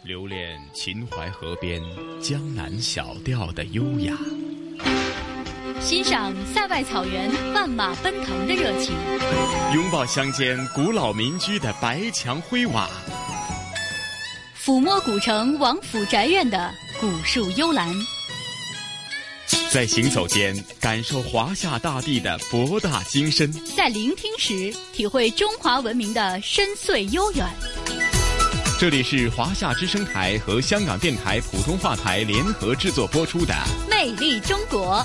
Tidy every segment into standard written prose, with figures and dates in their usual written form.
留恋秦淮河边江南小调的优雅， 欣赏塞外草原万马奔腾的热情， 拥抱乡间古老民居的白墙灰瓦， 抚摸古城王府宅院的古树幽兰， 在行走间感受华夏大地的博大精深， 在聆听时体会中华文明的深邃悠远。 这里是华夏之声台和香港电台普通话台联合制作播出的《 魅力中国》。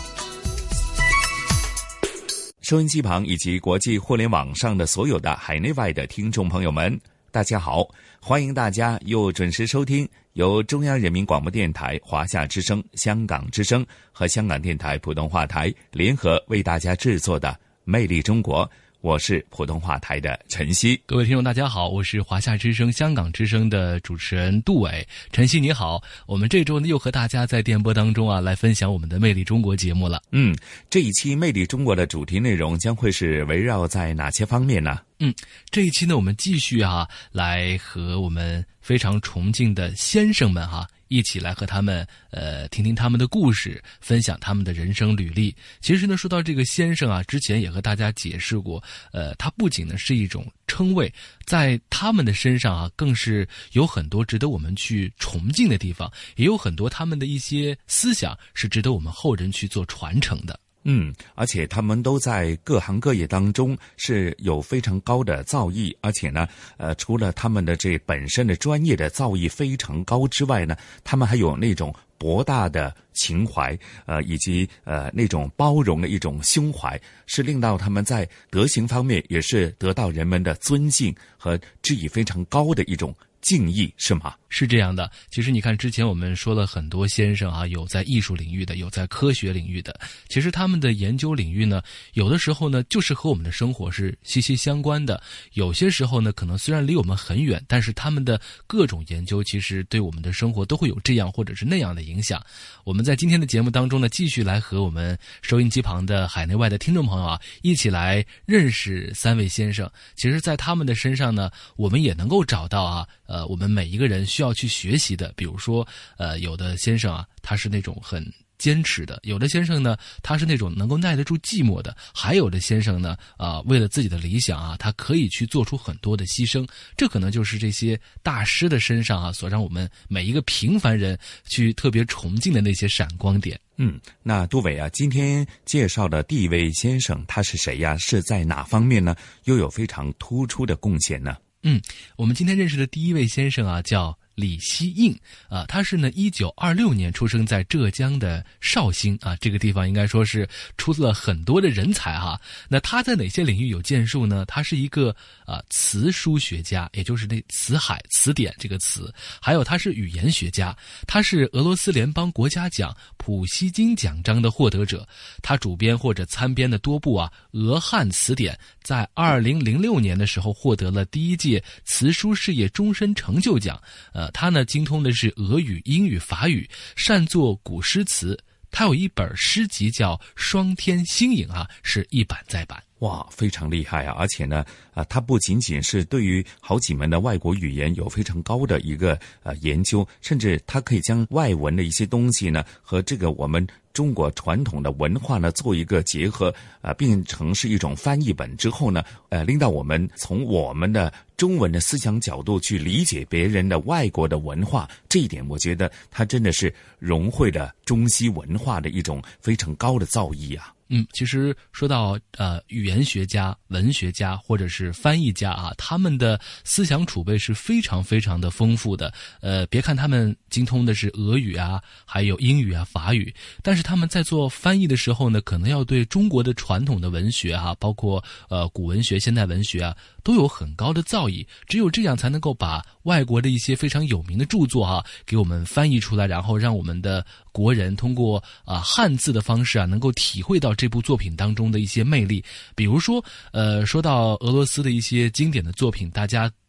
收音机旁以及国际互联网上的所有的海内外的听众朋友们，大家好，欢迎大家又准时收听由中央人民广播电台、华夏之声、香港之声和香港电台普通话台联合为大家制作的《魅力中国》。我是普通话台的陈曦。 各位听众大家好，我是华夏之声、香港之声的主持人杜伟。陈曦你好，我们这周呢又和大家在电波当中来分享我们的魅力中国节目了。 这一期魅力中国的主题内容将会是围绕在哪些方面呢？ 这一期呢我们继续来和我们非常崇敬的先生们一起来和他们听听他们的故事，分享他们的人生履历。其实呢说到这个先生之前也和大家解释过，他不仅呢是一种称谓，在他们的身上更是有很多值得我们去崇敬的地方，也有很多他们的一些思想是值得我们后人去做传承的。 而且他们都在各行各业当中是有非常高的造诣，而且呢，除了他们的这本身的专业的造诣非常高之外呢，他们还有那种博大的情怀，以及那种包容的一种胸怀，是令到他们在德行方面也是得到人们的尊敬和致以非常高的一种敬意，是吗？ 是这样的。其实你看之前我们说了很多先生有在艺术领域的，有在科学领域的，其实他们的研究领域呢，有的时候呢就是和我们的生活是息息相关的，有些时候呢可能虽然离我们很远，但是他们的各种研究其实对我们的生活都会有这样或者是那样的影响。我们在今天的节目当中呢，继续来和我们收音机旁的海内外的听众朋友一起来认识三位先生。其实在他们的身上呢，我们也能够找到我们每一个人需要去学习的。比如说有的先生他是那种很坚持的，有的先生呢他是那种能够耐得住寂寞的，还有的先生呢为了自己的理想他可以去做出很多的牺牲。这可能就是这些大师的身上所让我们每一个平凡人去特别崇敬的那些闪光点。 那杜伟今天介绍的第一位先生他是谁呀？是在哪方面呢又有非常突出的贡献呢？ 我们今天认识的第一位先生叫李希应他是呢1926年出生在浙江的绍兴这个地方应该说是出了很多的人才那他在哪些领域有建树呢？他是一个词书学家，也就是那词海词典这个词，还有他是语言学家，他是俄罗斯联邦国家奖普希金奖章的获得者，他主编或者参编的多部俄汉词典，在2006年的时候获得了第一届词书事业终身成就奖。他呢精通的是俄语、英语、法语，善作古诗词。他有一本诗集叫《双天星影》是一版再版。 哇，非常厉害而且呢他不仅仅是对于好几门的外国语言有非常高的一个研究，甚至他可以将外文的一些东西呢和这个我们中国传统的文化呢做一个结合，变成是一种翻译本之后呢令到我们从我们的中文的思想角度去理解别人的外国的文化。这一点我觉得他真的是融汇了中西文化的一种非常高的造诣其实说到语言学家、文学家或者是翻译家他们的思想储备是非常非常的丰富的。别看他们精通的是俄语还有英语法语，但是他们在做翻译的时候呢，可能要对中国的传统的文学包括古文学、现代文学都有很高的造诣。只有这样才能够把外国的一些非常有名的著作给我们翻译出来，然后让我们的国人通过汉字的方式能够体会到这部作品当中的一些魅力。比如说说到俄罗斯的一些经典的作品，大家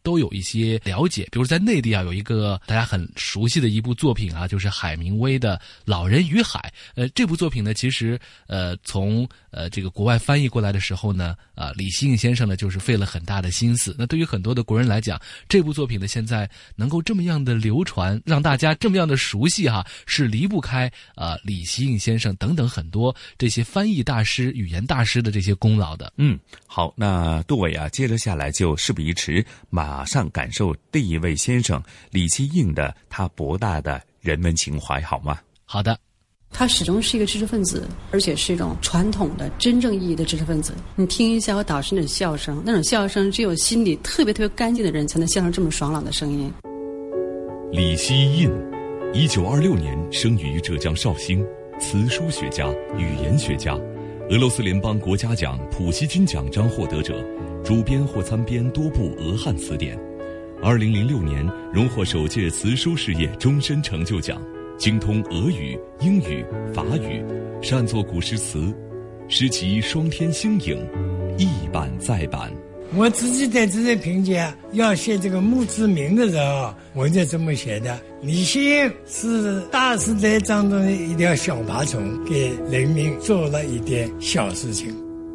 都有一些了解。比如在内地啊，有一个大家很熟悉的一部作品啊，就是海明威的《老人与海》。这部作品呢，其实从这个国外翻译过来的时候呢，李希应先生呢就是费了很大的心思。那对于很多的国人来讲，这部作品呢现在能够这么样的流传，让大家这么样的熟悉哈，是离不开李希应先生等等很多这些翻译大师、语言大师的这些功劳的。 好，那杜伟啊，接着下来就事不宜迟，马上感受第一位先生李希应的他博大的人文情怀，好吗？ 好的。 他始终是一个知识分子，而且是一种传统的真正意义的知识分子。你听一下我导师那种笑声，那种笑声只有心里特别特别干净的人才能笑成这么爽朗的声音。 李希应1926年生于浙江绍兴，词书学家、语言学家，俄罗斯联邦国家奖普希金奖章获得者，主编或参编多部俄汉词典。2006年荣获首届词书事业终身成就奖，精通俄语、英语、法语，善作古诗词，诗集《双天星影》一版再版。 我自己对自己评价，要写这个墓志铭的时候，我就这么写的：李希应是大时代当中的一条小爬虫，给人民做了一点小事情。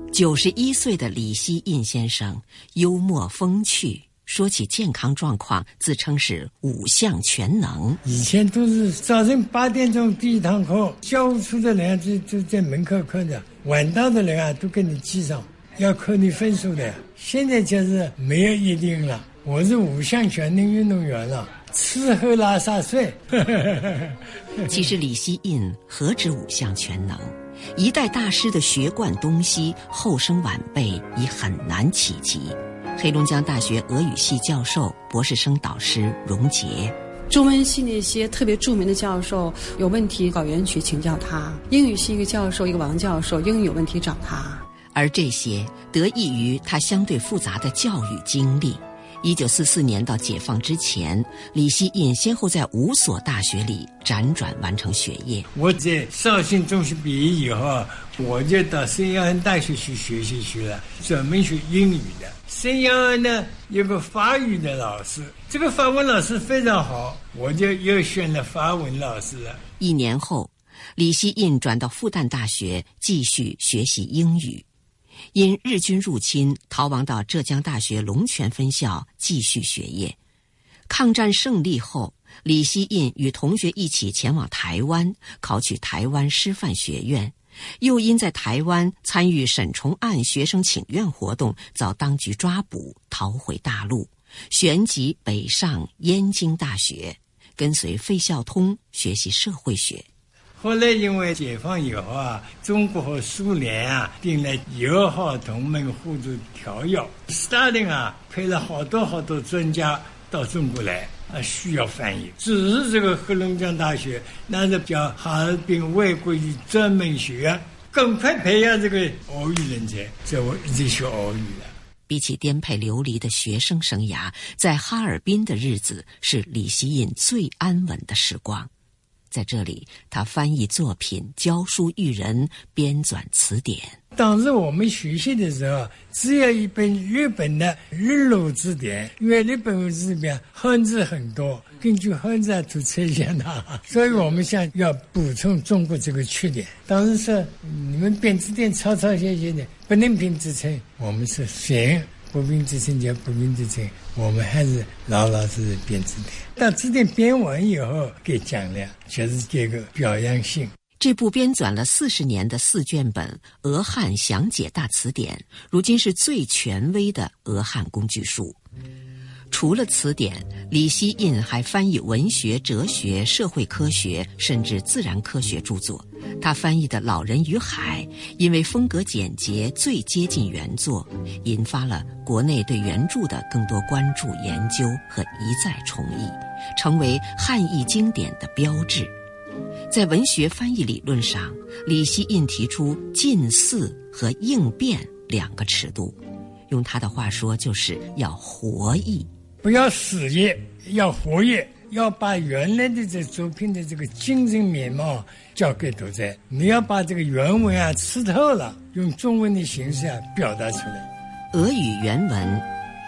91岁的李希应先生幽默风趣，说起健康状况，自称是5项全能。 以前都是早晨8点钟第一堂课，教务处的人就在门口看着，晚到的人都给你记上，要扣你分数的。现在就是没有一定了，我是5项全能运动员了，吃喝拉撒睡。 其实李希应何止5项全能，一代大师的学贯东西，后生晚辈已很难企及。黑龙江大学俄语系教授、博士生导师荣杰， 中文系那些特别著名的教授有问题搞园区请教他，英语系一个教授，一个王教授，英语有问题找他。 而这些得益于他相对复杂的教育经历。1944年到解放之前，李希应先后在5所大学里辗转完成学业。 我在绍兴中学毕业以后，我就到沈阳安大学去学习去了，专门学英语的。沈阳安呢有个法语的老师，这个法文老师非常好，我就又选了法文老师了。 1年后，李希应转到复旦大学继续学习英语。因日军入侵，逃亡到浙江大学龙泉分校继续学业。抗战胜利后，李希应与同学一起前往台湾，考取台湾师范学院，又因在台湾参与沈崇案学生请愿活动，遭当局抓捕，逃回大陆，旋即北上燕京大学，跟随费孝通学习社会学。 后来因为解放以后中国和苏联订了友好同盟互助条约，斯大林派了好多专家到中国来需要翻译。只是这个黑龙江大学那是叫哈尔滨外国语专门学院，赶快培养这个俄语人才，所以我一直学俄语了。 比起颠沛流离的学生生涯，在哈尔滨的日子是李希应最安稳的时光。在这里，他翻译作品，教书育人，编纂词典。 当时我们学习的时候，只有一本日本的日鲁字典，因为日本字里面汉字很多，根据汉字做拆解的，所以我们想要补充中国这个缺点。当时说你们编字典抄写写的，不能编自称，我们是行，不编自称就不编自称，我们还是老实的编字典。当字典编完以后给讲了，就是这个表扬性。 这部编纂了40年的4卷本俄汉详解大词典，如今是最权威的俄汉工具书。除了词典，李希应还翻译文学、哲学、社会科学，甚至自然科学著作。他翻译的《老人与海》因为风格简洁，最接近原作，引发了国内对原著的更多关注、研究和一再重译，成为汉译经典的标志。在文学翻译理论上，李希应提出近似和应变2个尺度，用他的话说，就是要活译， 不要死页，要活页，要把原来的这作品的这个精神面貌交给读者。你要把这个原文吃透了，用中文的形式表达出来。 俄语原文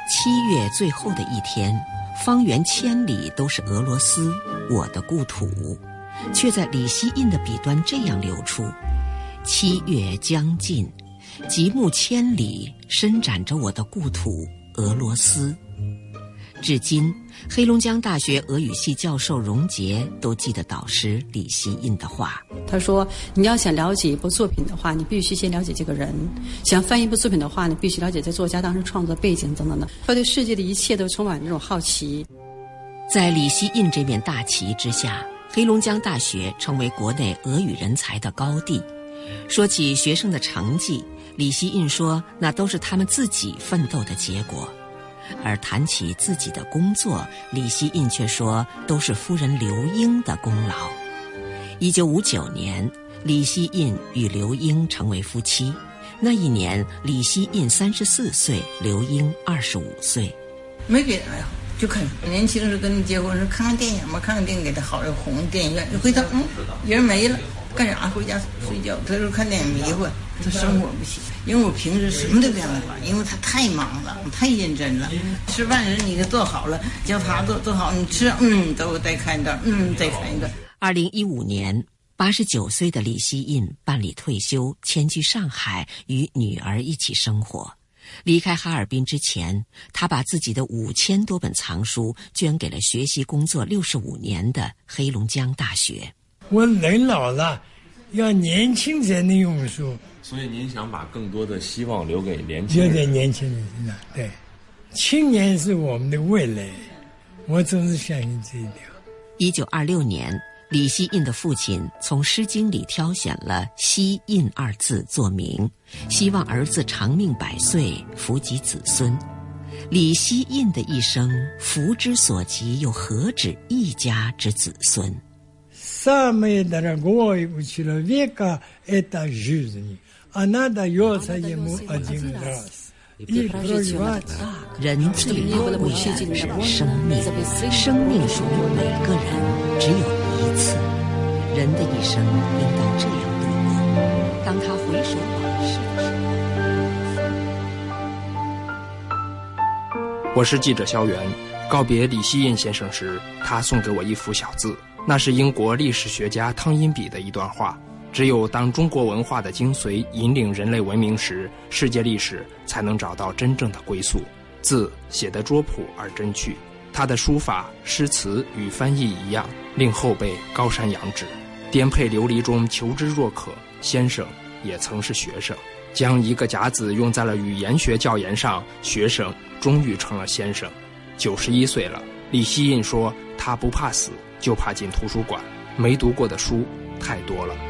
7月最后的一天，方圆千里都是俄罗斯，我的故土，却在李希印的笔端这样流出：7月将近，极目千里，伸展着我的故土俄罗斯。至今，黑龙江大学俄语系教授荣杰都记得导师李希印的话。 他说，你要想了解一部作品的话，你必须先了解这个人；想翻译一部作品的话，你必须了解这作家当时创作背景等等的。他对世界的一切都充满这种好奇。 在李希印这面大旗之下，黑龙江大学成为国内俄语人才的高地。说起学生的成绩，李希印说那都是他们自己奋斗的结果。而谈起自己的工作，李希印却说都是夫人刘英的功劳。1959年，李希印与刘英成为夫妻。那一年，李希印34岁，刘英25岁。 没给他呀，就看年轻时跟你结婚时看看电影嘛，看看电影给他好的红电影院，回头人没了，干啥？回家睡觉。他说看电影迷糊，他生活不行。因为我平时什么都让他管，因为他太忙了，太认真了。吃饭时你给做好了，叫他做好，你吃，都再看一段，再看一段。 2015年，89岁的李希印办理退休，迁居上海，与女儿一起生活。离开哈尔滨之前，他把自己的5000多本藏书捐给了学习工作65年的黑龙江大学。 我人老了，要年轻才能用书。 所以您想把更多的希望留给年轻人， 留给年轻人身上。对，青年是我们的未来，我总是相信这一点。 1926年，李希印的父亲从《诗经》里挑选了“希印”2字做名，希望儿子长命百岁，福及子孙。李希印的一生，福之所及，又何止一家之子孙 ？Саме дорогое человека это жизнь. Она дается ему один раз. 人最宝贵的是生命，生命属于每个人，只有一次。人的一生应当这样度过。当他回首往事的时候，我是记者萧元。告别李希印先生时，他送给我一幅小字，那是英国历史学家汤因比的一段话。只有当中国文化的精髓引领人类文明时，世界历史才能找到真正的归宿。字写得拙朴而真趣，他的书法、诗词与翻译一样，令后辈高山仰止。颠沛流离中求知若渴，先生也曾是学生。将一个甲子用在了语言学教研上，学生终于成了先生。91岁了，李希印说他不怕死，就怕进图书馆，没读过的书太多了。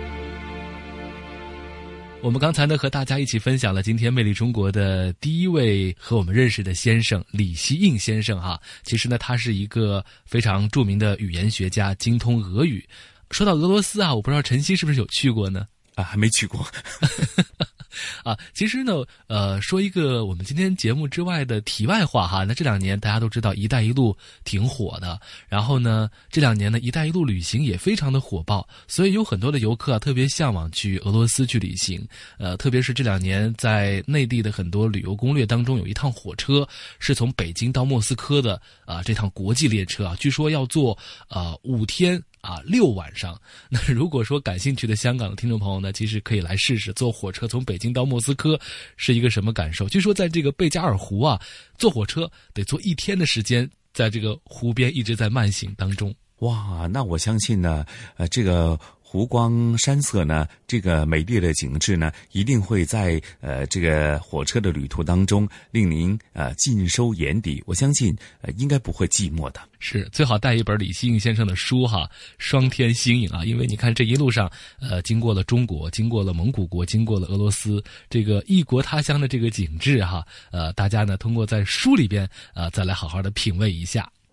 我们刚才呢和大家一起分享了今天魅力中国的第一位和我们认识的先生李希印先生哈。其实呢他是一个非常著名的语言学家，精通俄语。说到俄罗斯啊，我不知道晨曦是不是有去过呢？ 还没去过。 其实呢，说一个我们今天节目之外的题外话哈。那这2年大家都知道“一带一路”挺火的，然后呢，这2年呢，“一带一路”旅行也非常的火爆，所以有很多的游客特别向往去俄罗斯去旅行。特别是这2年在内地的很多旅游攻略当中，有一趟火车是从北京到莫斯科的这趟国际列车啊，据说要坐5天。6晚上。那如果说感兴趣的香港的听众朋友呢，其实可以来试试坐火车从北京到莫斯科是一个什么感受。据说在这个贝加尔湖啊，坐火车得坐1天的时间，在这个湖边一直在慢行当中。 哇，那我相信呢，这个湖光山色呢，这个美丽的景致呢，一定会在这个火车的旅途当中令您尽收眼底。我相信应该不会寂寞的。 是，最好带一本李希印先生的书哈，双天新颖啊，因为你看这一路上经过了中国，经过了蒙古国，经过了俄罗斯，这个异国他乡的这个景致哈，大家呢通过在书里边再来好好的品味一下。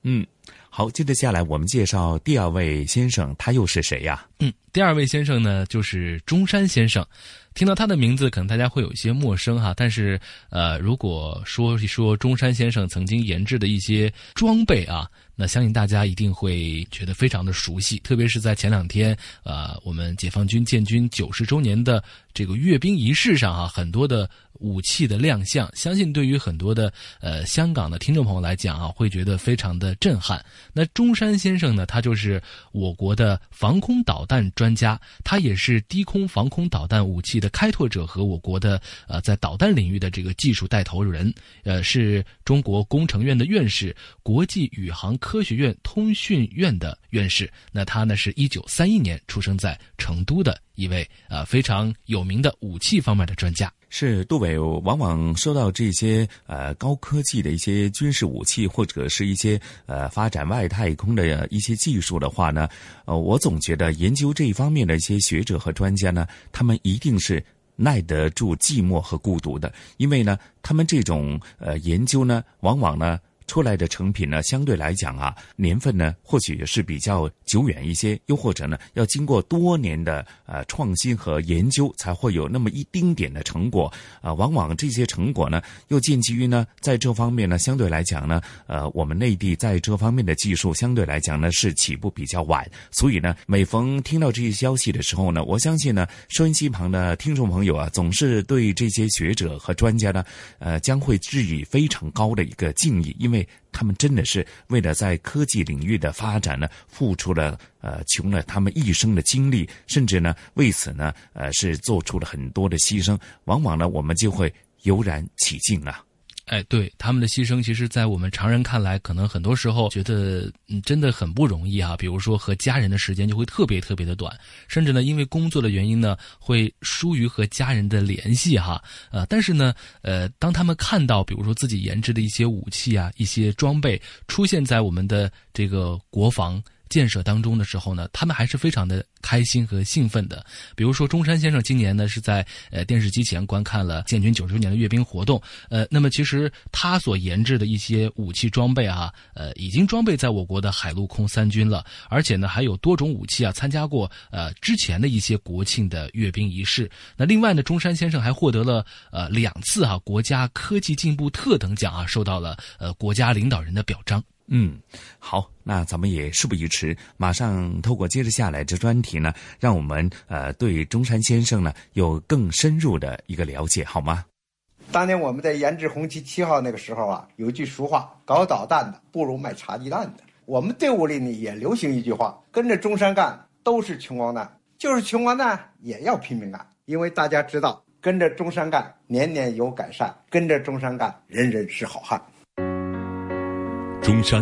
好，接着下来我们介绍第二位先生，他又是谁呀？ 第二位先生呢，就是中山先生。听到他的名字，可能大家会有一些陌生哈，但是如果说一说中山先生曾经研制的一些装备啊，那相信大家一定会觉得非常的熟悉，特别是在前2天我们解放军建军90周年的这个阅兵仪式上很多的武器的亮相，相信对于很多的香港的听众朋友来讲会觉得非常的震撼。那中山先生呢，他就是我国的防空导弹专家，他也是低空防空导弹武器的开拓者和我国的在导弹领域的这个技术带头人，是中国工程院的院士，国际宇航科学院通讯院的院士。那他呢是1931年出生在成都的一位非常有名的武器方面的专家。 是杜伟，往往说到这些高科技的一些军事武器，或者是一些发展外太空的一些技术的话呢，我总觉得研究这一方面的一些学者和专家呢，他们一定是耐得住寂寞和孤独的，因为呢，他们这种研究呢，往往呢出来的成品呢，相对来讲年份呢或许是比较久远一些，又或者呢要经过多年的创新和研究，才会有那么一丁点的成果。往往这些成果呢，又建基于呢在这方面呢，相对来讲呢，我们内地在这方面的技术相对来讲呢是起步比较晚，所以呢，每逢听到这些消息的时候呢，我相信呢，收音机旁的听众朋友总是对这些学者和专家呢，将会致以非常高的一个敬意，因为他们真的是为了在科技领域的发展呢，付出了穷了他们一生的精力，甚至呢为此呢是做出了很多的牺牲，往往呢我们就会油然起敬啊。 对，他们的牺牲其实在我们常人看来，可能很多时候觉得真的很不容易比如说和家人的时间就会特别特别的短，甚至呢因为工作的原因呢会疏于和家人的联系但是呢当他们看到比如说自己研制的一些武器一些装备出现在我们的这个国防建设当中的时候呢，他们还是非常的开心和兴奋的。比如说中山先生今年呢是在电视机前观看了建军90周年的阅兵活动，那么其实他所研制的一些武器装备已经装备在我国的海陆空三军了，而且呢还有多种武器参加过之前的一些国庆的阅兵仪式。那另外呢，中山先生还获得了2次国家科技进步特等奖受到了国家领导人的表彰。 好，那咱们也事不宜迟，马上透过接着下来这专题呢，让我们对中山先生呢有更深入的一个了解，好吗？ 当年我们在研制红旗7号那个时候有句俗话，搞导弹的不如卖茶鸡蛋的。我们队伍里呢也流行一句话，跟着中山干都是穷光蛋，就是穷光蛋也要拼命干，因为大家知道跟着中山干年年有改善，跟着中山干人人是好汉。 中山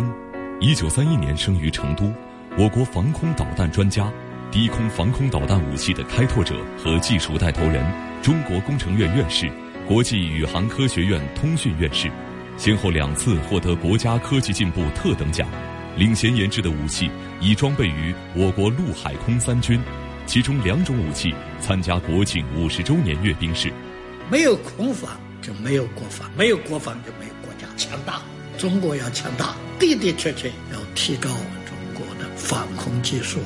1931年生于成都，我国防空导弹专家，低空防空导弹武器的开拓者和技术带头人，中国工程院院士，国际宇航科学院通讯院士，先后2次获得国家科技进步特等奖。领衔研制的武器已装备于我国陆海空三军，其中2种武器参加国庆50周年阅兵式。 没有空防就没有国防，没有国防就没有国家强大。中国要强大，的的确确要提高中国的防空技术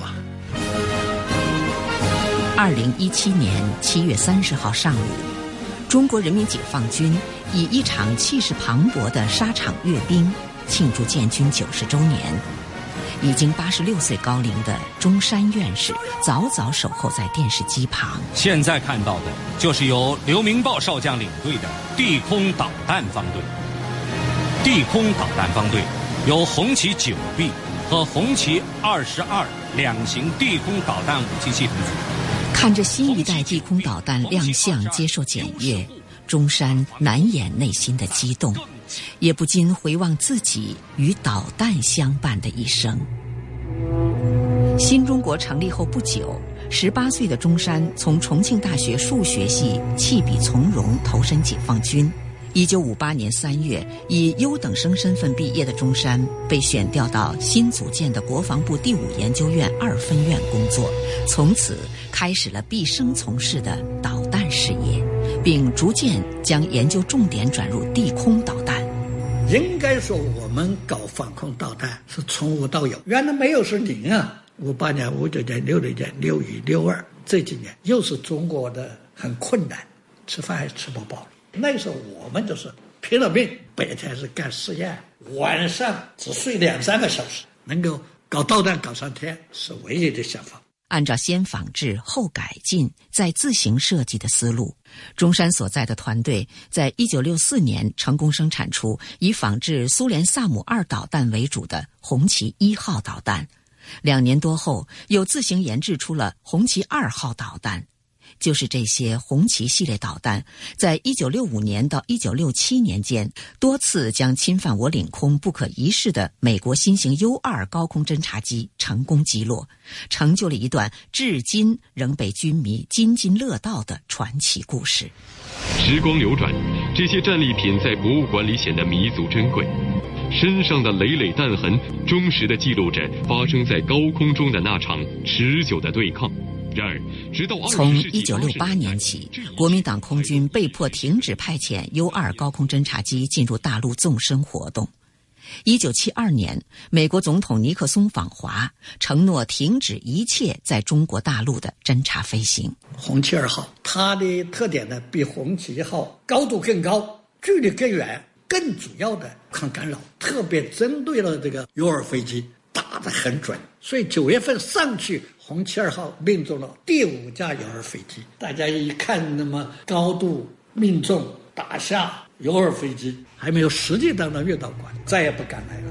2017年7月30号上午，中国人民解放军以一场气势磅礴的沙场阅兵庆祝建军90周年。已经86岁高龄的中山院士早早守候在电视机旁。 现在看到的就是由刘明豹少将领队的地空导弹方队。地空导弹方队由红旗9臂和红旗22两型地空导弹武器系统组。 看着新一代地空导弹亮相接受检阅，中山难掩内心的激动，也不禁回望自己与导弹相伴的一生。新中国成立后不久，18岁的中山从重庆大学数学系弃笔从戎，投身解放军。1958年3月，以优等生身份毕业的中山被选调到新组建的国防部第5研究院2分院工作，从此开始了毕生从事的导弹事业，并逐渐将研究重点转入地空导弹。 应该说我们搞防空导弹是从无到有，原来没有是零啊，58年、59年、66年、61、62，这几年又是中国的很困难，吃饭还吃不饱。那时候我们就是拼了命，白天是干实验，晚上只睡2-3个小时，能够搞导弹搞上天是唯一的想法。 按照先仿制后改进再自行设计的思路，中山所在的团队在1964年成功生产出以仿制苏联萨姆2导弹为主的红旗1号导弹，2年多后又自行研制出了红旗2号导弹。就是这些红旗系列导弹，在1965年到1967年间，多次将侵犯我领空不可一世的美国新型 U-2 高空侦察机成功击落，成就了一段至今仍被军迷津津乐道的传奇故事。 时光流转，这些战利品在博物馆里显得弥足珍贵，身上的累累弹痕忠实地记录着发生在高空中的那场持久的对抗。然而，直到从1968年起，国民党空军被迫停止派遣 U-2 高空侦察机进入大陆纵深活动。1972年，美国总统尼克松访华，承诺停止一切在中国大陆的侦察飞行。 红旗2号，它的特点呢，比红旗1号高度更高，距离更远，更主要的抗干扰，特别针对了这个 U-2 飞机，打得很准。所以9月份上去，红旗2号命中了第5架U-2飞机。大家一看那么高度命中打下U-2飞机，还没有实际当中遇到过，再也不敢来了。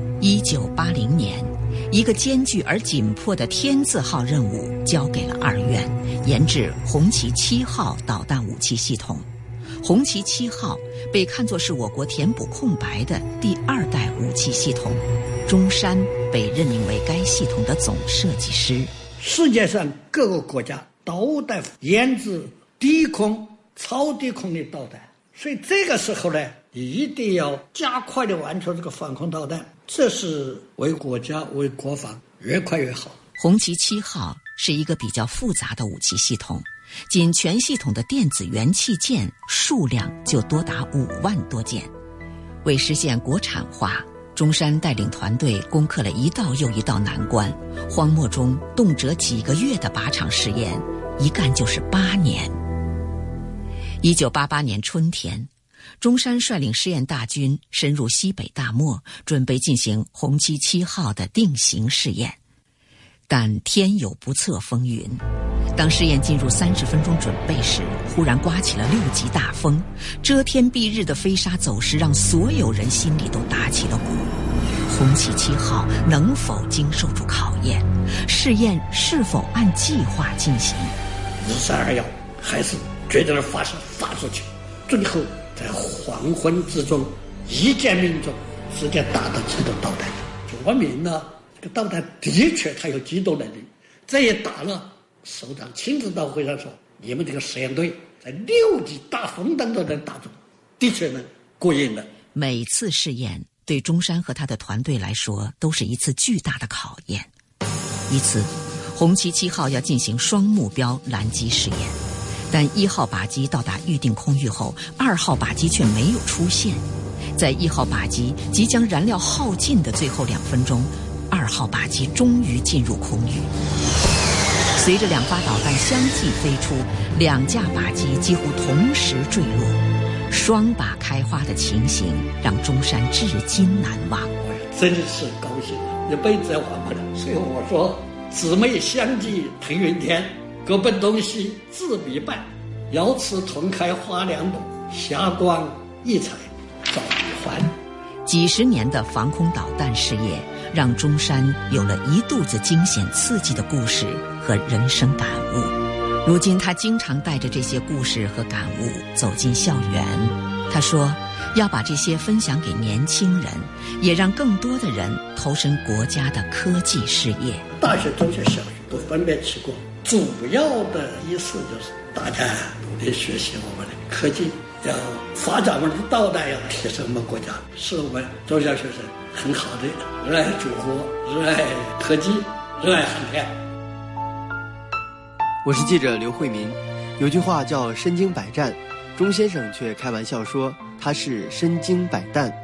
1980年，一个艰巨而紧迫的天字号任务交给了2院，研制红旗7号导弹武器系统。红旗7号被看作是我国填补空白的第2代武器系统，中山被任命为该系统的总设计师。 世界上各个国家都在研制低空、超低空的导弹，所以这个时候呢，你一定要加快的完成这个防空导弹，这是为国家、为国防越快越好。 红旗7号是一个比较复杂的武器系统，仅全系统的电子元器件数量就多达5万多件。为实现国产化，中山带领团队攻克了一道又一道难关，荒漠中动辄几个月的靶场试验，一干就是8年。1988年春天，中山率领试验大军深入西北大漠，准备进行红旗7号的定型试验。但天有不测风云，当试验进入30分钟准备时，忽然刮起了6级大风，遮天蔽日的飞沙走石让所有人心里都打起了鼓。红旗7号能否经受住考验？试验是否按计划进行 ？1321还是决定了发出去，最后在黄昏之中一箭命中，直接打到机动导弹，说明了这个导弹的确它有机动能力。这也打了，首长亲自到会上说，你们这个实验队在6级大风当中能打中，的确能过硬的。 每次试验对中山和他的团队来说都是一次巨大的考验。一次，红旗7号要进行双目标拦击试验，但1号靶机到达预定空域后，2号靶机却没有出现。在1号靶机即将燃料耗尽的最后2分钟，2号靶机终于进入空域。随着2发导弹相继飞出，2架靶机几乎同时坠落，双靶开花的情形让中山至今难忘。 真是高兴，一辈子也忘不了。所以我说，姊妹相继腾云天，各奔东西自彼半。瑶池同开花两朵，霞光一彩照一环。 几十年的防空导弹事业，让中山有了一肚子惊险刺激的故事和人生感悟。如今他经常带着这些故事和感悟走进校园。他说要把这些分享给年轻人，也让更多的人投身国家的科技事业。 大学、中学、小学都分别去过，主要的意思就是大家努力学习我们的科技，要发展我们的导弹，要提升我们国家，是我们中小学生很好的热爱祖国、热爱科技、热爱航天。 我是记者刘慧民。有句话叫身经百战，钟先生却开玩笑说他是身经百弹。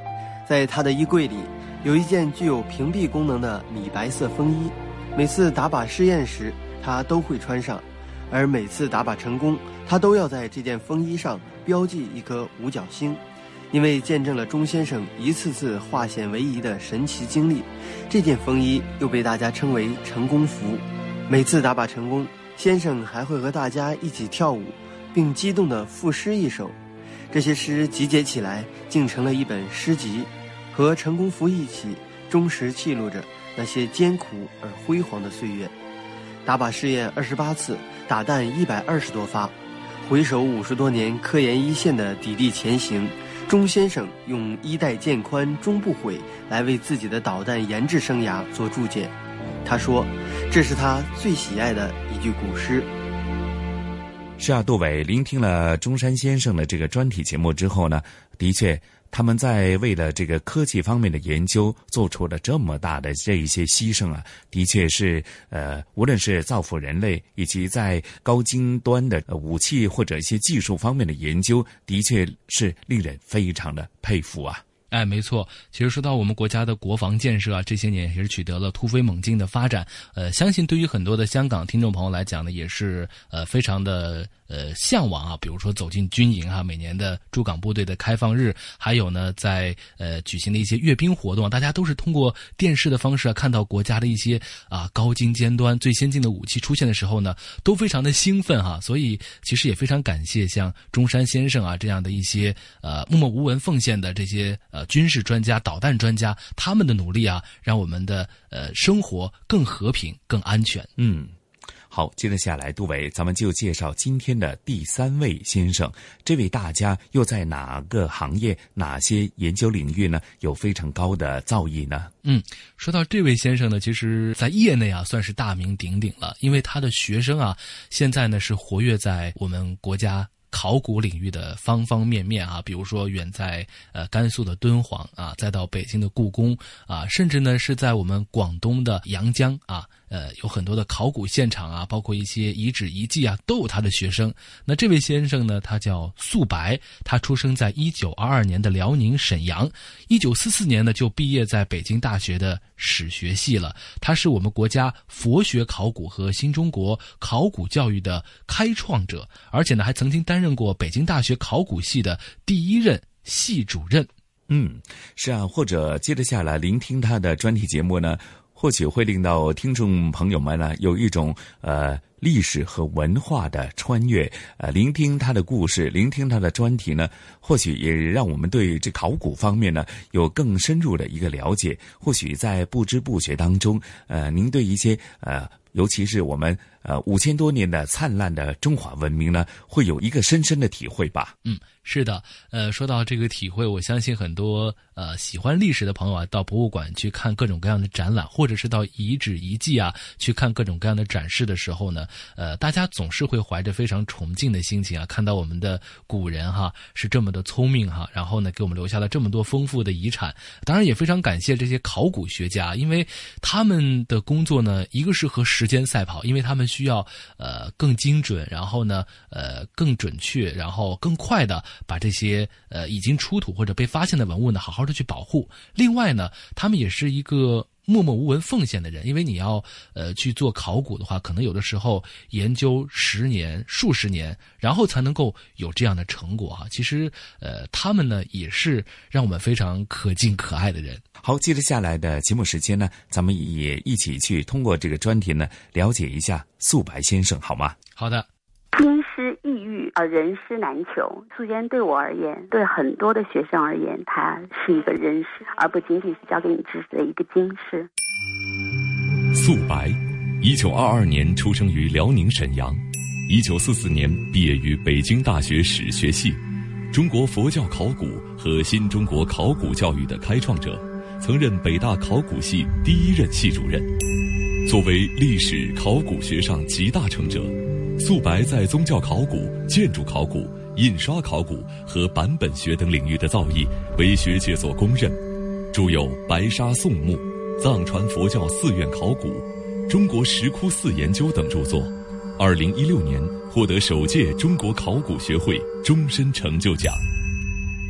在他的衣柜里有一件具有屏蔽功能的米白色风衣，每次打靶试验时他都会穿上，而每次打靶成功，他都要在这件风衣上标记一颗五角星。因为见证了钟先生一次次化险为夷的神奇经历，这件风衣又被大家称为成功服。每次打靶成功，先生还会和大家一起跳舞，并激动地赋诗一首。这些诗集结起来竟成了一本诗集，和成功服一起忠实记录着那些艰苦而辉煌的岁月。打靶试验28次，打弹120多发。回首50多年科研一线的砥砺前行，钟先生用衣带渐宽终不悔来为自己的导弹研制生涯做注解。他说，这是他最喜爱的一句古诗。 是啊，杜伟，聆听了中山先生的这个专题节目之后呢，的确他们在为了这个科技方面的研究做出了这么大的这一些牺牲啊，的确是无论是造福人类，以及在高精端的武器或者一些技术方面的研究，的确是令人非常的佩服啊。 哎，没错。其实说到我们国家的国防建设啊，这些年也是取得了突飞猛进的发展。相信对于很多的香港听众朋友来讲呢，也是非常的向往啊。比如说走进军营啊，每年的驻港部队的开放日，还有呢在举行的一些阅兵活动，大家都是通过电视的方式啊，看到国家的一些高精尖端最先进的武器出现的时候呢，都非常的兴奋哈。所以其实也非常感谢像中山先生啊这样的一些默默无闻奉献的这些军事专家、导弹专家，他们的努力啊，让我们的生活更和平、更安全。 好，接着下来，杜伟，咱们就介绍今天的第3位先生。这位大家又在哪个行业、哪些研究领域呢，有非常高的造诣呢？ 说到这位先生呢，其实在业内啊算是大名鼎鼎了，因为他的学生啊，现在呢是活跃在我们国家考古领域的方方面面啊，比如说远在甘肃的敦煌啊，再到北京的故宫啊，甚至呢是在我们广东的阳江啊，有很多的考古现场啊，包括一些遗址遗迹啊，都有他的学生。那这位先生呢，他叫粟白，他出生在1922年的辽宁沈阳，1944年呢就毕业在北京大学的史学系了。他是我们国家佛学考古和新中国考古教育的开创者，而且呢还曾经担任过北京大学考古系的第1任系主任。 是啊，或者接着下来聆听他的专题节目呢，或许会令到听众朋友们呢有一种历史和文化的穿越。聆听他的故事，聆听他的专题呢，或许也让我们对这考古方面呢有更深入的一个了解。或许在不知不觉当中，您对一些尤其是我们5000多年的灿烂的中华文明呢，会有一个深深的体会吧。 是的，说到这个体会，我相信很多喜欢历史的朋友啊，到博物馆去看各种各样的展览，或者是到遗址遗迹啊去看各种各样的展示的时候呢，大家总是会怀着非常崇敬的心情啊，看到我们的古人哈是这么的聪明哈，然后呢给我们留下了这么多丰富的遗产。当然也非常感谢这些考古学家，因为他们的工作呢，一个是和时间赛跑，因为他们需要更精准，然后呢更准确，然后更快的把这些已经出土或者被发现的文物呢好好的去保护。另外呢，他们也是一个默默无闻奉献的人，因为你要去做考古的话，可能有的时候研究10年、数十年，然后才能够有这样的成果哈。其实他们呢也是让我们非常可敬可爱的人。 好，接着下来的节目时间呢，咱们也一起去通过这个专题呢了解一下粟白先生，好吗？ 好的。 因师异域而人师难求。素娟对我而言，对很多的学生而言，他是一个人师，而不仅仅是教给你知识的一个经师。 粟白，1922年出生于辽宁沈阳，1944年毕业于北京大学史学系，中国佛教考古和新中国考古教育的开创者，曾任北大考古系第1任系主任。作为历史考古学上集大成者，粟白在宗教考古、建筑考古、印刷考古和版本学等领域的造诣为学界所公认，著有《白沙宋墓》、《藏传佛教寺院考古》、《中国石窟寺研究》等著作。2016年获得首届中国考古学会终身成就奖。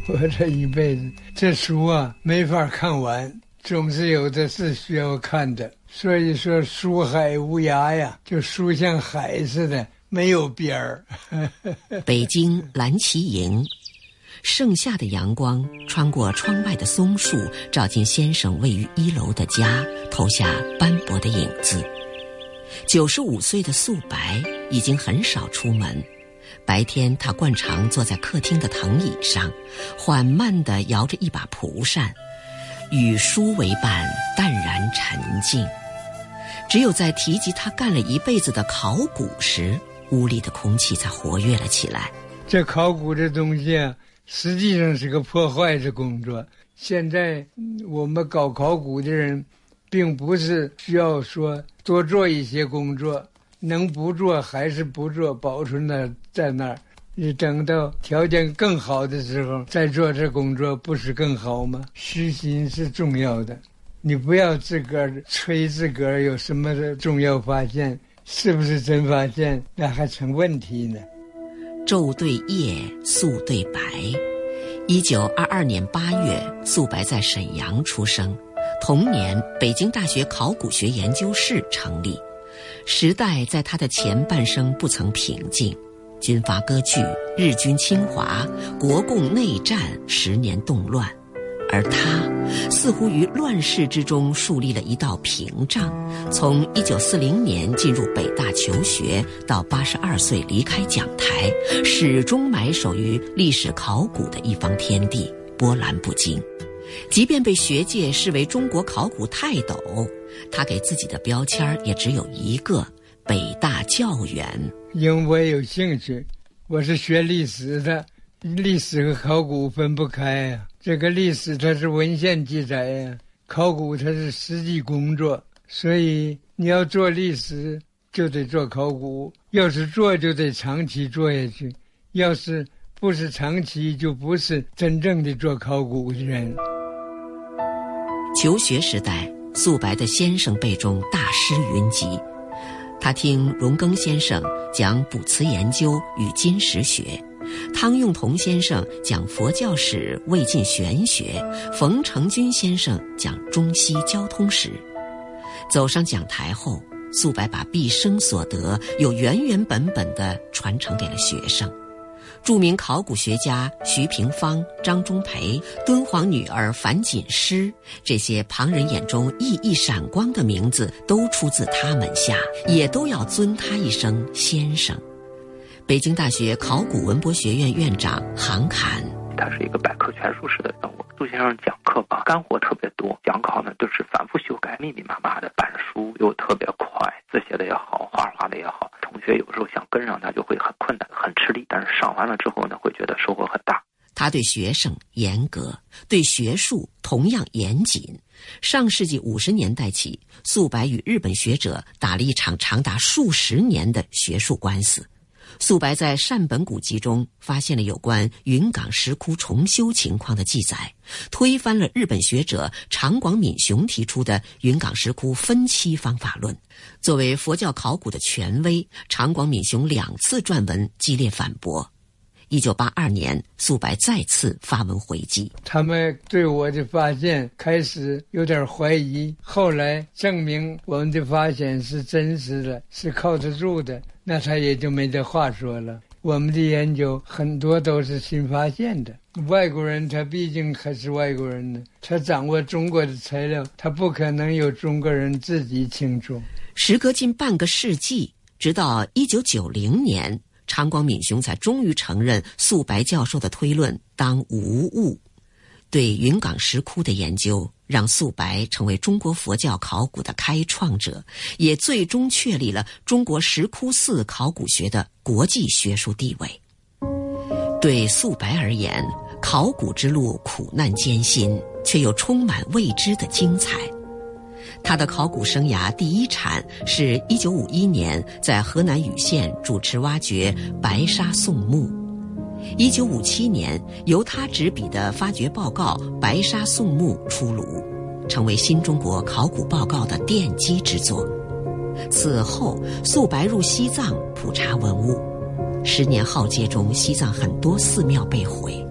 我这一辈子这书啊没法看完，总是有的是需要看的。所以说书海无涯呀，就书像海似的没有边儿。 北京蓝旗营，盛夏的阳光穿过窗外的松树，照进先生位于1楼的家，投下斑驳的影子。95岁的素白已经很少出门，白天他惯常坐在客厅的藤椅上，缓慢地摇着一把蒲扇，与书为伴，淡然沉静。只有在提及他干了一辈子的考古时，屋里的空气才活跃了起来。 这考古这东西啊，实际上是个破坏的工作。现在我们搞考古的人并不是需要说多做一些工作，能不做还是不做，保存的在那儿。你等到条件更好的时候再做这工作，不是更好吗？虚心是重要的，你不要自个儿吹自个儿有什么的重要发现，是不是真发现那还成问题呢。 昼对夜，素对白。1922年8月，素白在沈阳出生。同年，北京大学考古学研究室成立。时代在他的前半生不曾平静，军阀割据、日军侵华、国共内战10年动乱，而他似乎于乱世之中树立了一道屏障，从1940年进入北大求学，到82岁离开讲台，始终埋首于历史考古的一方天地，波澜不惊。即便被学界视为中国考古泰斗，他给自己的标签也只有一个：北大教员。 因为我有兴趣，我是学历史的，历史和考古分不开呀。这个历史它是文献记载呀，考古它是实际工作，所以你要做历史就得做考古，要是做就得长期做下去，要是不是长期就不是真正的做考古的人。 求学时代，素白的先生辈中大师云集。他听荣庚先生讲卜辞研究与金石学，汤用彤先生讲佛教史魏晋玄学，冯承军先生讲中西交通史。走上讲台后，素白把毕生所得又原原本本地传承给了学生。著名考古学家徐平芳、张忠培、敦煌女儿樊锦诗，这些旁人眼中熠熠闪光的名字都出自他门下，也都要尊他一声先生。北京大学考古文博学院院长韩侃， 他是一个百科全书式的人物。苏先生讲课吧，干货特别多，讲稿呢就是反复修改，密密麻麻的，板书又特别快，字写的也好，画画的也好，同学有时候想跟上他就会很困难，很吃力，但是上完了之后呢，会觉得收获很大。 他对学生严格，对学术同样严谨。上世纪50年代起，素白与日本学者打了一场长达数十年的学术官司。素白在善本古籍中发现了有关云冈石窟重修情况的记载，推翻了日本学者长广敏雄提出的云冈石窟分期方法论。作为佛教考古的权威，长广敏雄2次撰文激烈反驳。1982年，素白再次发文回击， 他们对我的发现开始有点怀疑，后来证明我们的发现是真实的，是靠得住的，那他也就没得话说了。我们的研究很多都是新发现的，外国人他毕竟还是外国人呢，他掌握中国的材料，他不可能有中国人自己清楚。 时隔近半个世纪，直到1990年，长广敏雄才终于承认素白教授的推论当无误。对云冈石窟的研究让素白成为中国佛教考古的开创者，也最终确立了中国石窟寺考古学的国际学术地位。对素白而言，考古之路苦难艰辛，却又充满未知的精彩。他的考古生涯第一产是1951年在河南禹县主持挖掘白沙宋墓。1957年，由他执笔的发掘报告《白沙宋墓》出炉，成为新中国考古报告的奠基之作。此后，素白入西藏普查文物。10年浩劫中，西藏很多寺庙被毁，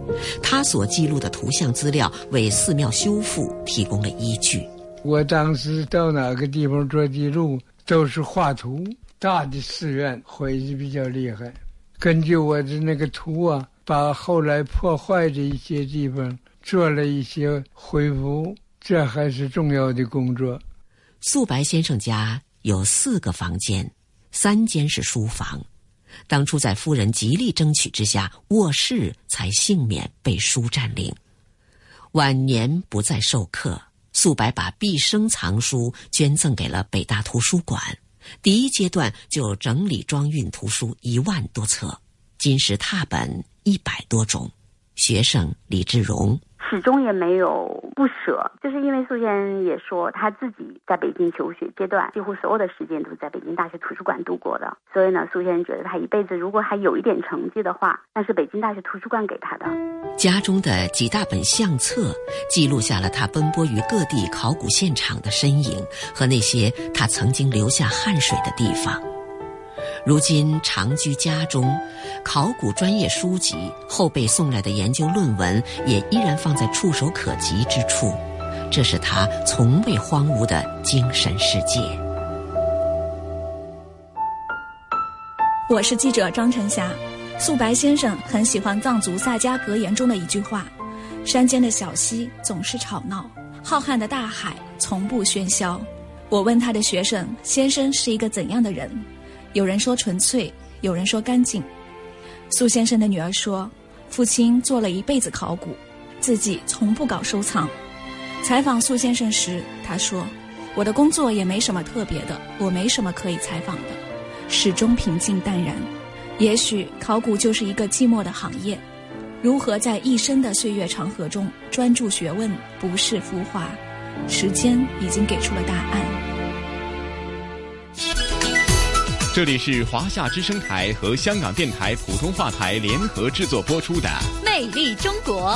他所记录的图像资料为寺庙修复提供了依据。 我当时到哪个地方做记录都是画图，大的寺院毁的比较厉害，根据我的那个图啊，把后来破坏的一些地方做了一些恢复，这还是重要的工作。 素白先生家有4个房间，3间是书房。当初在夫人极力争取之下，卧室才幸免被书占领。晚年不再授课，素白把毕生藏书捐赠给了北大图书馆。第一阶段就整理装运图书1万多册，金石拓本100多种。学生李志荣始终也没有不舍，就是因为素先生也说他自己在北京求学阶段几乎所有的时间都是在北京大学图书馆度过的，所以呢，素先生觉得他一辈子如果还有一点成绩的话，那是北京大学图书馆给他的。 家中的几大本相册记录下了他奔波于各地考古现场的身影和那些他曾经流下汗水的地方。如今常居家中，考古专业书籍、后辈送来的研究论文也依然放在触手可及之处，这是他从未荒芜的精神世界。 我是记者张晨霞。素白先生很喜欢藏族萨迦格言中的一句话：山间的小溪总是吵闹，浩瀚的大海从不喧嚣。我问他的学生，先生是一个怎样的人？有人说纯粹，有人说干净。素先生的女儿说，父亲做了一辈子考古，自己从不搞收藏。采访素先生时，他说，我的工作也没什么特别的，我没什么可以采访的，始终平静淡然。也许考古就是一个寂寞的行业，如何在一生的岁月长河中专注学问，不是孵化，时间已经给出了答案。 这里是华夏之声台和香港电台普通话台联合制作播出的《 魅力中国》。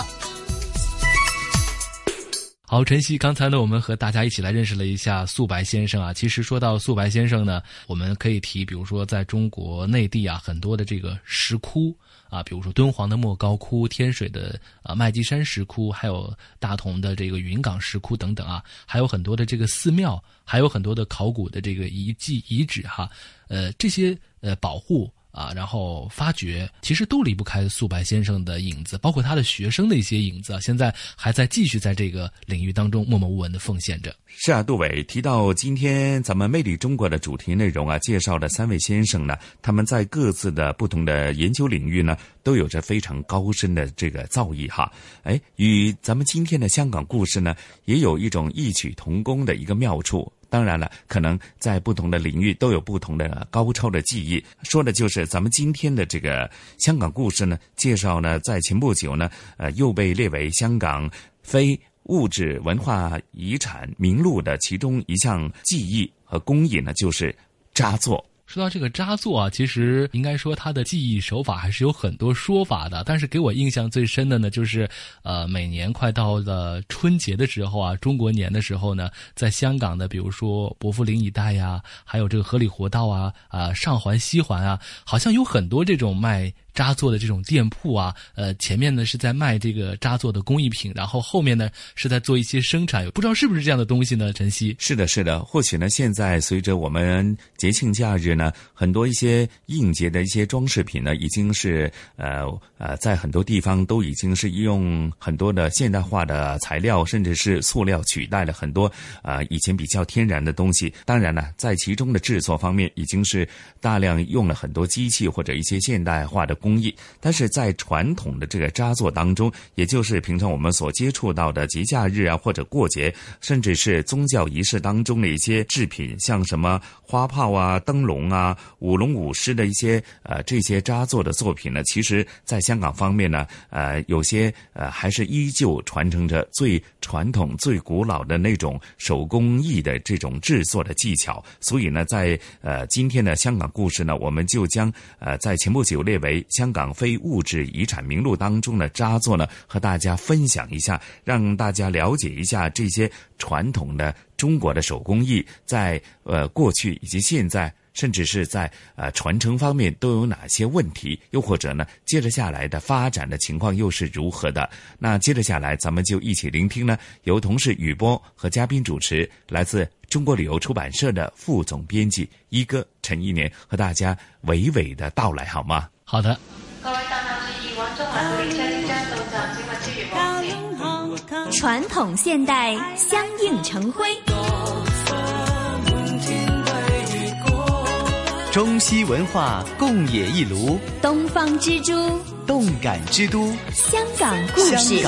好，晨曦，刚才呢，我们和大家一起来认识了一下素白先生啊。其实说到素白先生呢，我们可以提，比如说在中国内地啊，很多的这个石窟啊，比如说敦煌的莫高窟、天水的麦积山石窟，还有大同的这个云冈石窟等等啊，还有很多的这个寺庙，还有很多的考古的这个遗迹遗址哈，这些保护啊，然后发掘，其实都离不开素白先生的影子，包括他的学生的一些影子啊，现在还在继续在这个领域当中默默无闻的奉献着。 是啊，杜伟提到今天咱们魅力中国的主题内容啊，介绍的3位先生呢，他们在各自的不同的研究领域呢，都有着非常高深的这个造诣哈。与咱们今天的香港故事呢，也有一种异曲同工的一个妙处。当然了，可能在不同的领域都有不同的高超的技艺。说的就是咱们今天的这个香港故事呢，介绍呢，在前不久呢，又被列为香港非物质文化遗产名录的其中一项技艺和工艺呢，就是扎作。 说到这个扎作啊，其实应该说它的技艺手法还是有很多说法的，但是给我印象最深的呢，就是每年快到了春节的时候啊，中国年的时候呢，在香港的比如说薄扶林一带呀，还有这个荷里活道啊，上环西环啊，好像有很多这种卖扎作的这种店铺啊，前面呢是在卖这个扎作的工艺品，然后后面呢是在做一些生产，不知道是不是这样的东西呢？晨曦， 是的，是的。或许呢，现在随着我们节庆假日呢，很多一些应节的一些装饰品呢，已经是在很多地方都已经是用很多的现代化的材料，甚至是塑料取代了很多以前比较天然的东西。当然呢，在其中的制作方面，已经是大量用了很多机器或者一些现代化的工艺。但是在传统的这个扎作当中，也就是平常我们所接触到的节假日啊，或者过节，甚至是宗教仪式当中的一些制品，像什么花炮啊、灯笼啊、舞龙舞狮的一些这些扎作的作品呢，其实在香港方面呢，有些还是依旧传承着最传统、最古老的那种手工艺的这种制作的技巧。所以呢，在今天的香港故事呢，我们就将在前不久列为香港非物质遗产名录当中的扎作呢，和大家分享一下，让大家了解一下这些传统的中国的手工艺在过去以及现在甚至是在传承方面都有哪些问题？又或者呢，接着下来的发展的情况又是如何的？那接着下来，咱们就一起聆听呢，由同事雨波和嘉宾主持，来自中国旅游出版社的副总编辑一哥陈一年和大家娓娓的道来，好吗？ 好的。 传统现代相映成辉， 中西文化共冶一炉， 东方之珠， 动感之都， 香港故事。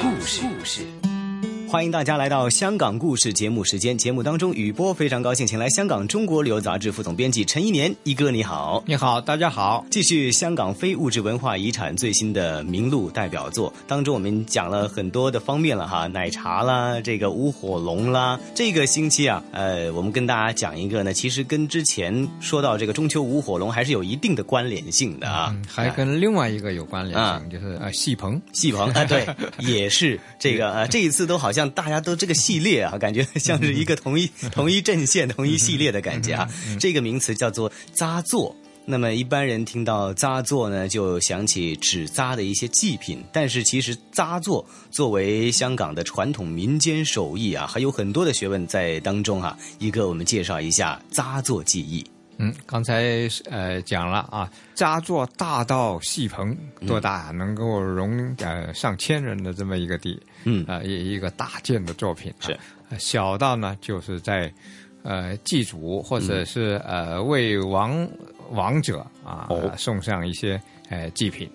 欢迎大家来到香港故事节目时间。节目当中，雨波非常高兴请来香港中国旅游杂志副总编辑陈一年一哥，你好。 你好，大家好。 继续香港非物质文化遗产最新的名录代表作当中，我们讲了很多的方面了哈，奶茶啦，这个舞火龙啦。这个星期啊，我们跟大家讲一个呢，其实跟之前说到这个中秋舞火龙还是有一定的关联性的啊。 还跟另外一个有关联性，就是戏棚啊，对，也是这个这一次都好像大家都这个系列啊，感觉像是一个同一阵线、同一系列的感觉啊。这个名词叫做扎作。那么一般人听到扎作呢，就想起纸扎的一些祭品，但是其实扎作作为香港的传统民间手艺啊，还有很多的学问在当中啊。一个我们介绍一下扎作技艺。 刚才讲了啊，扎作大到戏棚多大，能够容上千人的这么一个地，一个大件的作品。 是小到呢，就是在祭祖或者是为王者啊送上一些祭品。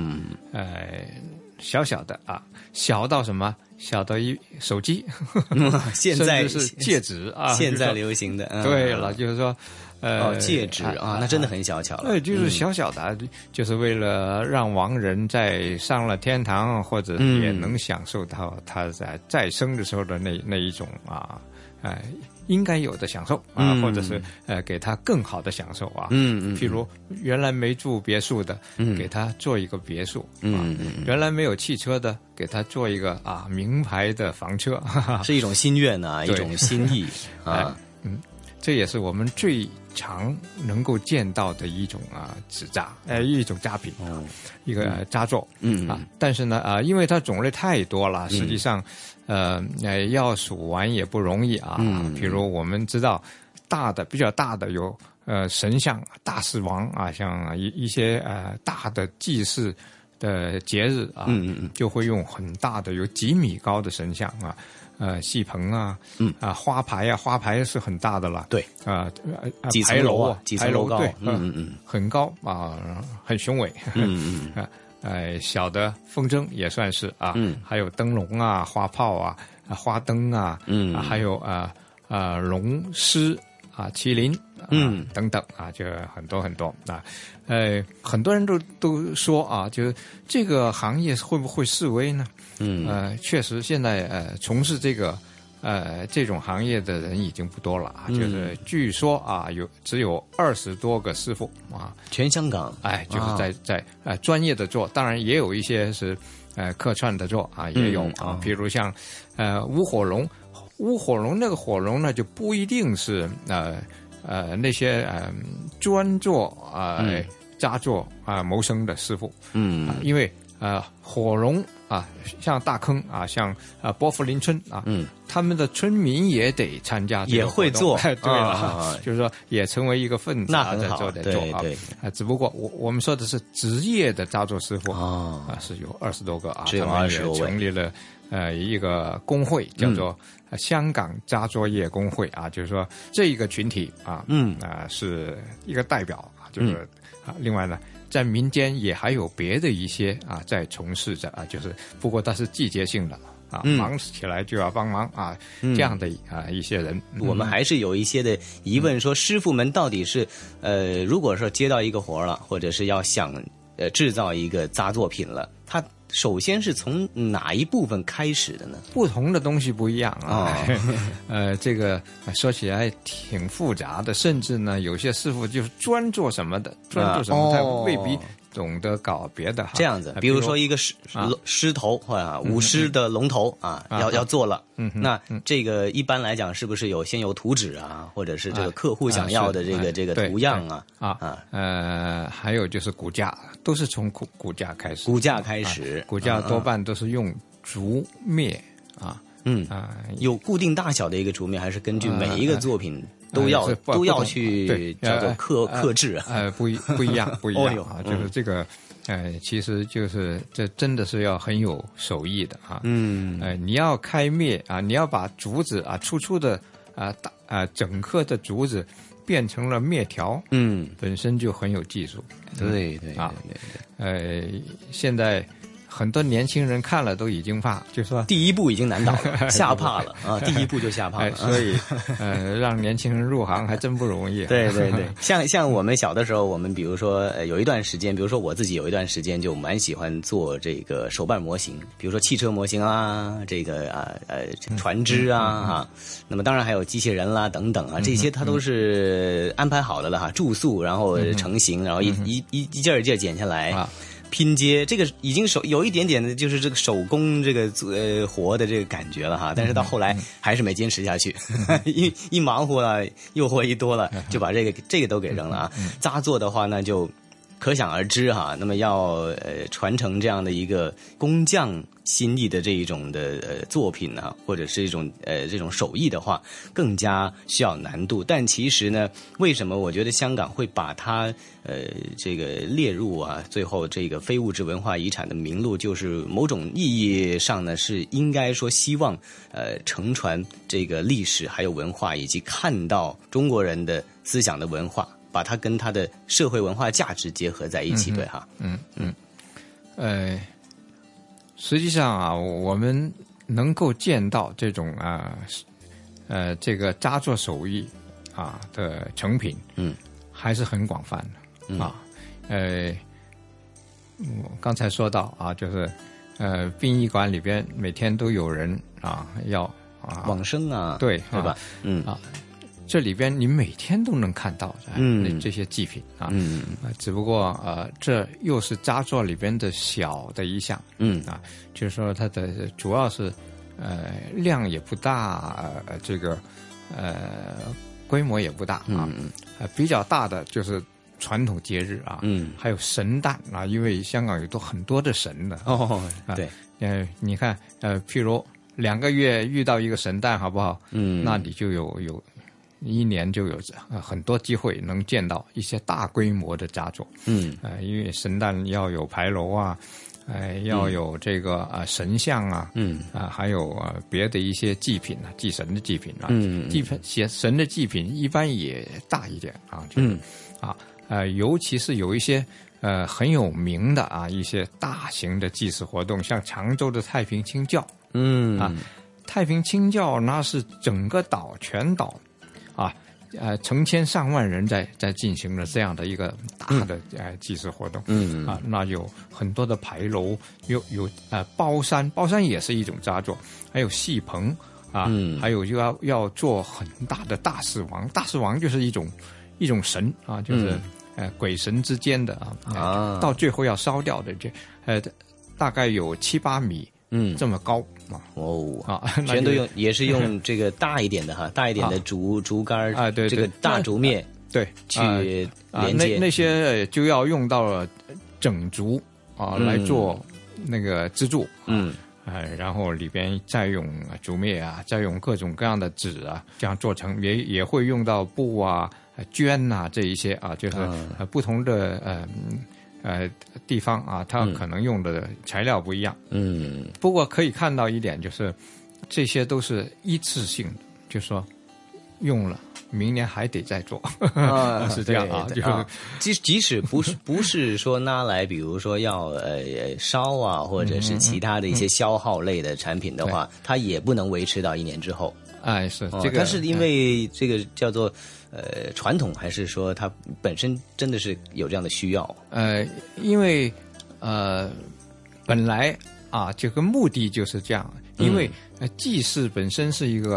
小小的啊，小到什么？小到手机， 现在甚至是戒指啊， 现在流行的。 对了，就是说。 戒指啊，那真的很小巧了。 对，就是小小的，就是为了让亡人在上了天堂，或者也能享受到他在再生的时候的那一种应该有的享受啊，或者是给他更好的享受啊。譬如原来没住别墅的，给他做一个别墅。原来没有汽车的，给他做一个名牌的房车， 是一种心愿啊，一种心意啊。 这也是我们最常能够见到的一种纸扎，一种扎品，一个扎作。但是呢因为它种类太多了，实际上要数完也不容易啊。比如我们知道比较大的有神像大士王啊，像一些大的祭祀的节日啊，就会用很大的有几米高的神像啊。戏棚啊，花牌啊，花牌是很大的了， 对，几层楼啊，几层楼高， 对，很高啊，很雄伟，小的风筝也算是啊，还有灯笼啊，花炮啊，花灯啊，还有龙狮啊，麒麟等等啊，就很多很多啊。很多人都说啊，就是这个行业会不会式微呢？确实现在从事这种行业的人已经不多了啊，就是据说啊只有20多个师傅啊， 全香港就是在专业的做，当然也有一些是客串的做啊，也有啊，比如像舞火龙那个火龙呢就不一定是那些专做扎作谋生的师傅，因为火龙啊，像大坑啊，像波福林村啊，他们的村民也得参加这个活动， 也会做， 对了，就是说也成为一个分子， 那很好， 对，只不过我们说的是职业的扎作师傅是有20多个啊， 只有20多位， 成立了一个工会，叫做香港扎作业工会啊，就是说这一个群体啊，是一个代表啊，就是另外呢。在民间也还有别的一些在从事着就是不过它是季节性的忙起来就要帮忙这样的一些人。 我们还是有一些的疑问，说师傅们到底是如果说接到一个活了，或者是要想制造一个扎作品了，他首先是从哪一部分开始的呢？ 不同的东西不一样啊。这个说起来挺复杂的，甚至呢，有些师傅就是专做什么的，他未必懂得搞别的哈。 这样子，比如说一个狮头啊，舞狮的龙头啊，要做了。那这个一般来讲，是不是先有图纸啊，或者是这个客户想要的这个图样啊？ 还有就是骨架，都是从骨架开始。 骨架开始， 骨架多半都是用竹篾啊。 有固定大小的一个竹篾，还是根据每一个作品都要去叫做克制？ 不一样啊，就是这个。其实就是这真的是要很有手艺的啊。你要开篾啊，你要把竹子啊粗的整颗的竹子变成了篾条，本身就很有技术。 对， 现在很多年轻人看了都已经怕，就说第一步已经难倒了，吓怕了啊！第一步就吓怕了， 所以让年轻人入行还真不容易。 对，像我们小的时候，我们比如说有一段时间，比如说我自己有一段时间就蛮喜欢做这个手办模型，比如说汽车模型啊，这个船只啊那么当然还有机器人啦等等啊，这些它都是安排好的了哈，住宿然后成型，然后一件一件剪下来。拼接这个已经有一点点的，就是这个手工这个活的这个感觉了哈，但是到后来还是没坚持下去，一忙活了，诱惑一多了，就把这个都给扔了啊。扎作的话，那就可想而知哈。那么要传承这样的一个工匠心意的这一种的作品呢，或者是一种这种手艺的话，更加需要难度。但其实呢，为什么我觉得香港会把它这个列入啊最后这个非物质文化遗产的名录，就是某种意义上呢是应该说希望承传这个历史还有文化，以及看到中国人的思想的文化，把它跟它的社会文化价值结合在一起。对哈， 实际上啊，我们能够见到这种这个扎作手艺啊的成品，还是很广泛的啊。我刚才说到啊，就是殡仪馆里边每天都有人要往生啊， 对吧？ 这里边你每天都能看到这些祭品啊，只不过这又是扎作里边的小的一项，就是说它的主要是量也不大，这个规模也不大啊，比较大的就是传统节日啊，还有神诞啊，因为香港有很多的神的对， 你看譬如2个月遇到一个神诞好不好？那你就有一年就有很多机会能见到一些大规模的扎作，因为神诞要有牌楼啊，要有这个神像啊，还有别的一些祭品啊，祭神的祭品啊，神的祭品一般也大一点啊，尤其是有一些很有名的一些大型的祭祀活动，像常州的太平清教，太平清教那是整个全岛成千上万人在进行了这样的一个大的祭祀活动，那有很多的牌楼，有包山也是一种扎作，还有戏棚还有就要做很大的大士王就是一种神啊，就是鬼神之间的到最后要烧掉的大概有7-8米这么高。 全都也是用这个大一点的哈，大一点的竹竿对， 这个大竹篾对去连接， 那些就要用到整竹来做那个支柱，然后里边再用竹篾再用各种各样的纸这样做成，也会用到布绢这一些就是不同的地方它可能用的材料不一样，不过可以看到一点，就是这些都是一次性的，就是说用了明年还得再做，是这样就是即使不是说拿来，比如说要烧或者是其他的一些消耗类的产品的话，它也不能维持到1年之后。 是这个， 它是因为这个叫做传统，还是说它本身真的是有这样的需要？ 因为本来这个目的就是这样，因为祭祀本身是一个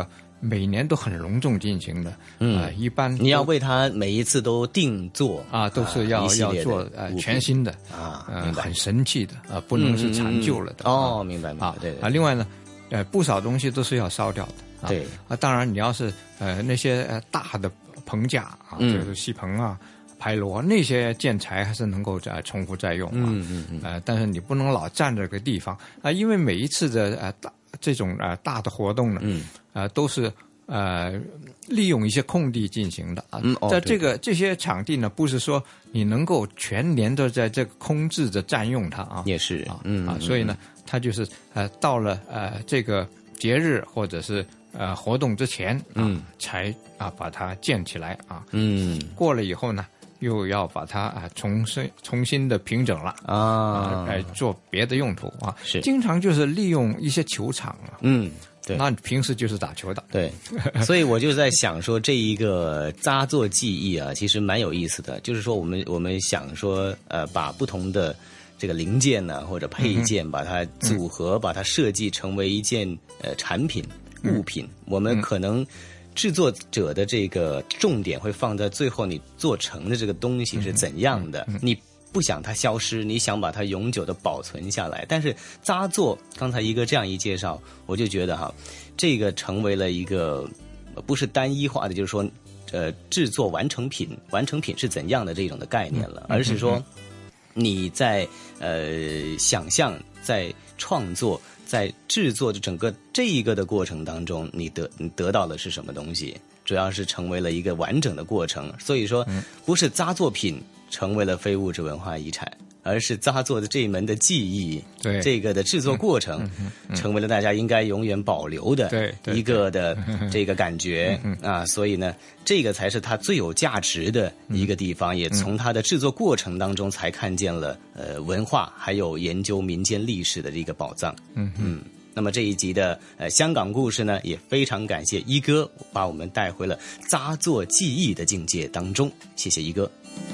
每年都很隆重进行的。一般你要为它每一次都定做都是要做全新的很神气的不能是残旧了的。 明白对另外呢，不少东西都是要烧掉的。 对当然你要是那些大的棚架就是戏棚牌楼那些建材还是能够重复再用但是你不能老占这个地方因为每一次的这种大的活动呢都是利用一些空地进行的在这些场地呢，不是说你能够全年都在这个空置着占用它也是所以呢，它就是到了这个节日或者是活动之前才把它建起来过了以后呢，又要把它重新的平整了来做别的用途是经常就是利用一些球场对， 那平时就是打球的。 对，所以我就在想说，这一个扎作技艺其实蛮有意思的。就是说，我们想说，把不同的这个零件呢或者配件，把它组合，把它设计成为一件产品物品。我们可能制作者的这个重点会放在最后你做成的这个东西是怎样的，你不想它消失，你想把它永久的保存下来。但是扎作刚才一个这样一介绍，我就觉得这个成为了一个不是单一化的，就是说制作完成品是怎样的这种的概念了，而是说你在想象，在创作，在制作的整个这一个的过程当中，你得到的是什么东西，主要是成为了一个完整的过程。所以说不是扎作品成为了非物质文化遗产，而是扎作的这一门的技艺， 对这个的制作过程成为了大家应该永远保留的一个的这个感觉所以呢，这个才是它最有价值的一个地方，也从它的制作过程当中才看见了文化还有研究民间历史的这个宝藏。那么这一集的香港故事呢，也非常感谢一哥把我们带回了扎作技艺的境界当中，谢谢一哥。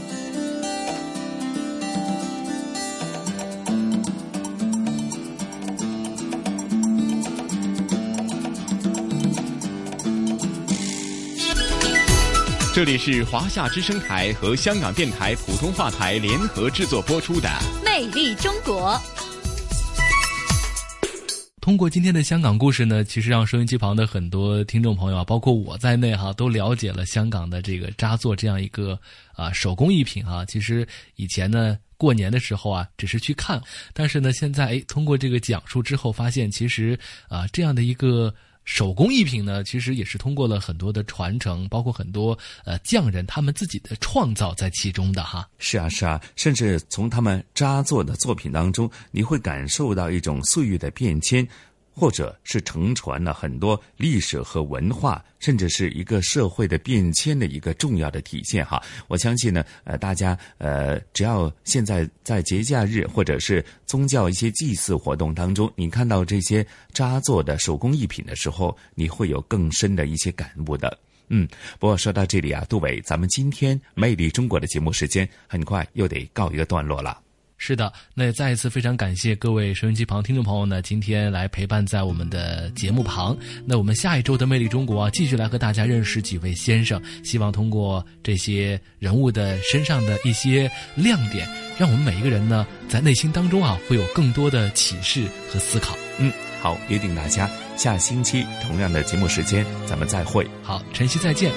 这里是华夏之声台和香港电台普通话台联合制作播出的《 魅力中国》。 通过今天的香港故事呢，其实让收音机旁的很多听众朋友包括我在内都了解了香港的这个扎作这样一个手工艺品其实以前呢过年的时候只是去看，但是呢现在通过这个讲述之后发现，其实这样的一个手工艺品呢，其实也是通过了很多的传承，包括很多匠人他们自己的创造在其中的是啊，甚至从他们扎作的作品当中，你会感受到一种岁月的变迁，或者是承传了很多历史和文化，甚至是一个社会的变迁的一个重要的体现我相信呢，大家只要现在在节假日或者是宗教一些祭祀活动当中，你看到这些扎作的手工艺品的时候，你会有更深的一些感悟的。不过说到这里杜伟，咱们今天魅力中国的节目时间很快又得告一个段落了。 是的，那也再一次非常感谢各位收音机旁听众朋友呢，今天来陪伴在我们的节目旁。那我们下一周的魅力中国继续来和大家认识几位先生，希望通过这些人物的身上的一些亮点，让我们每一个人呢在内心当中会有更多的启示和思考。 好，约定大家下星期同样的节目时间咱们再会。 好，晨曦再见。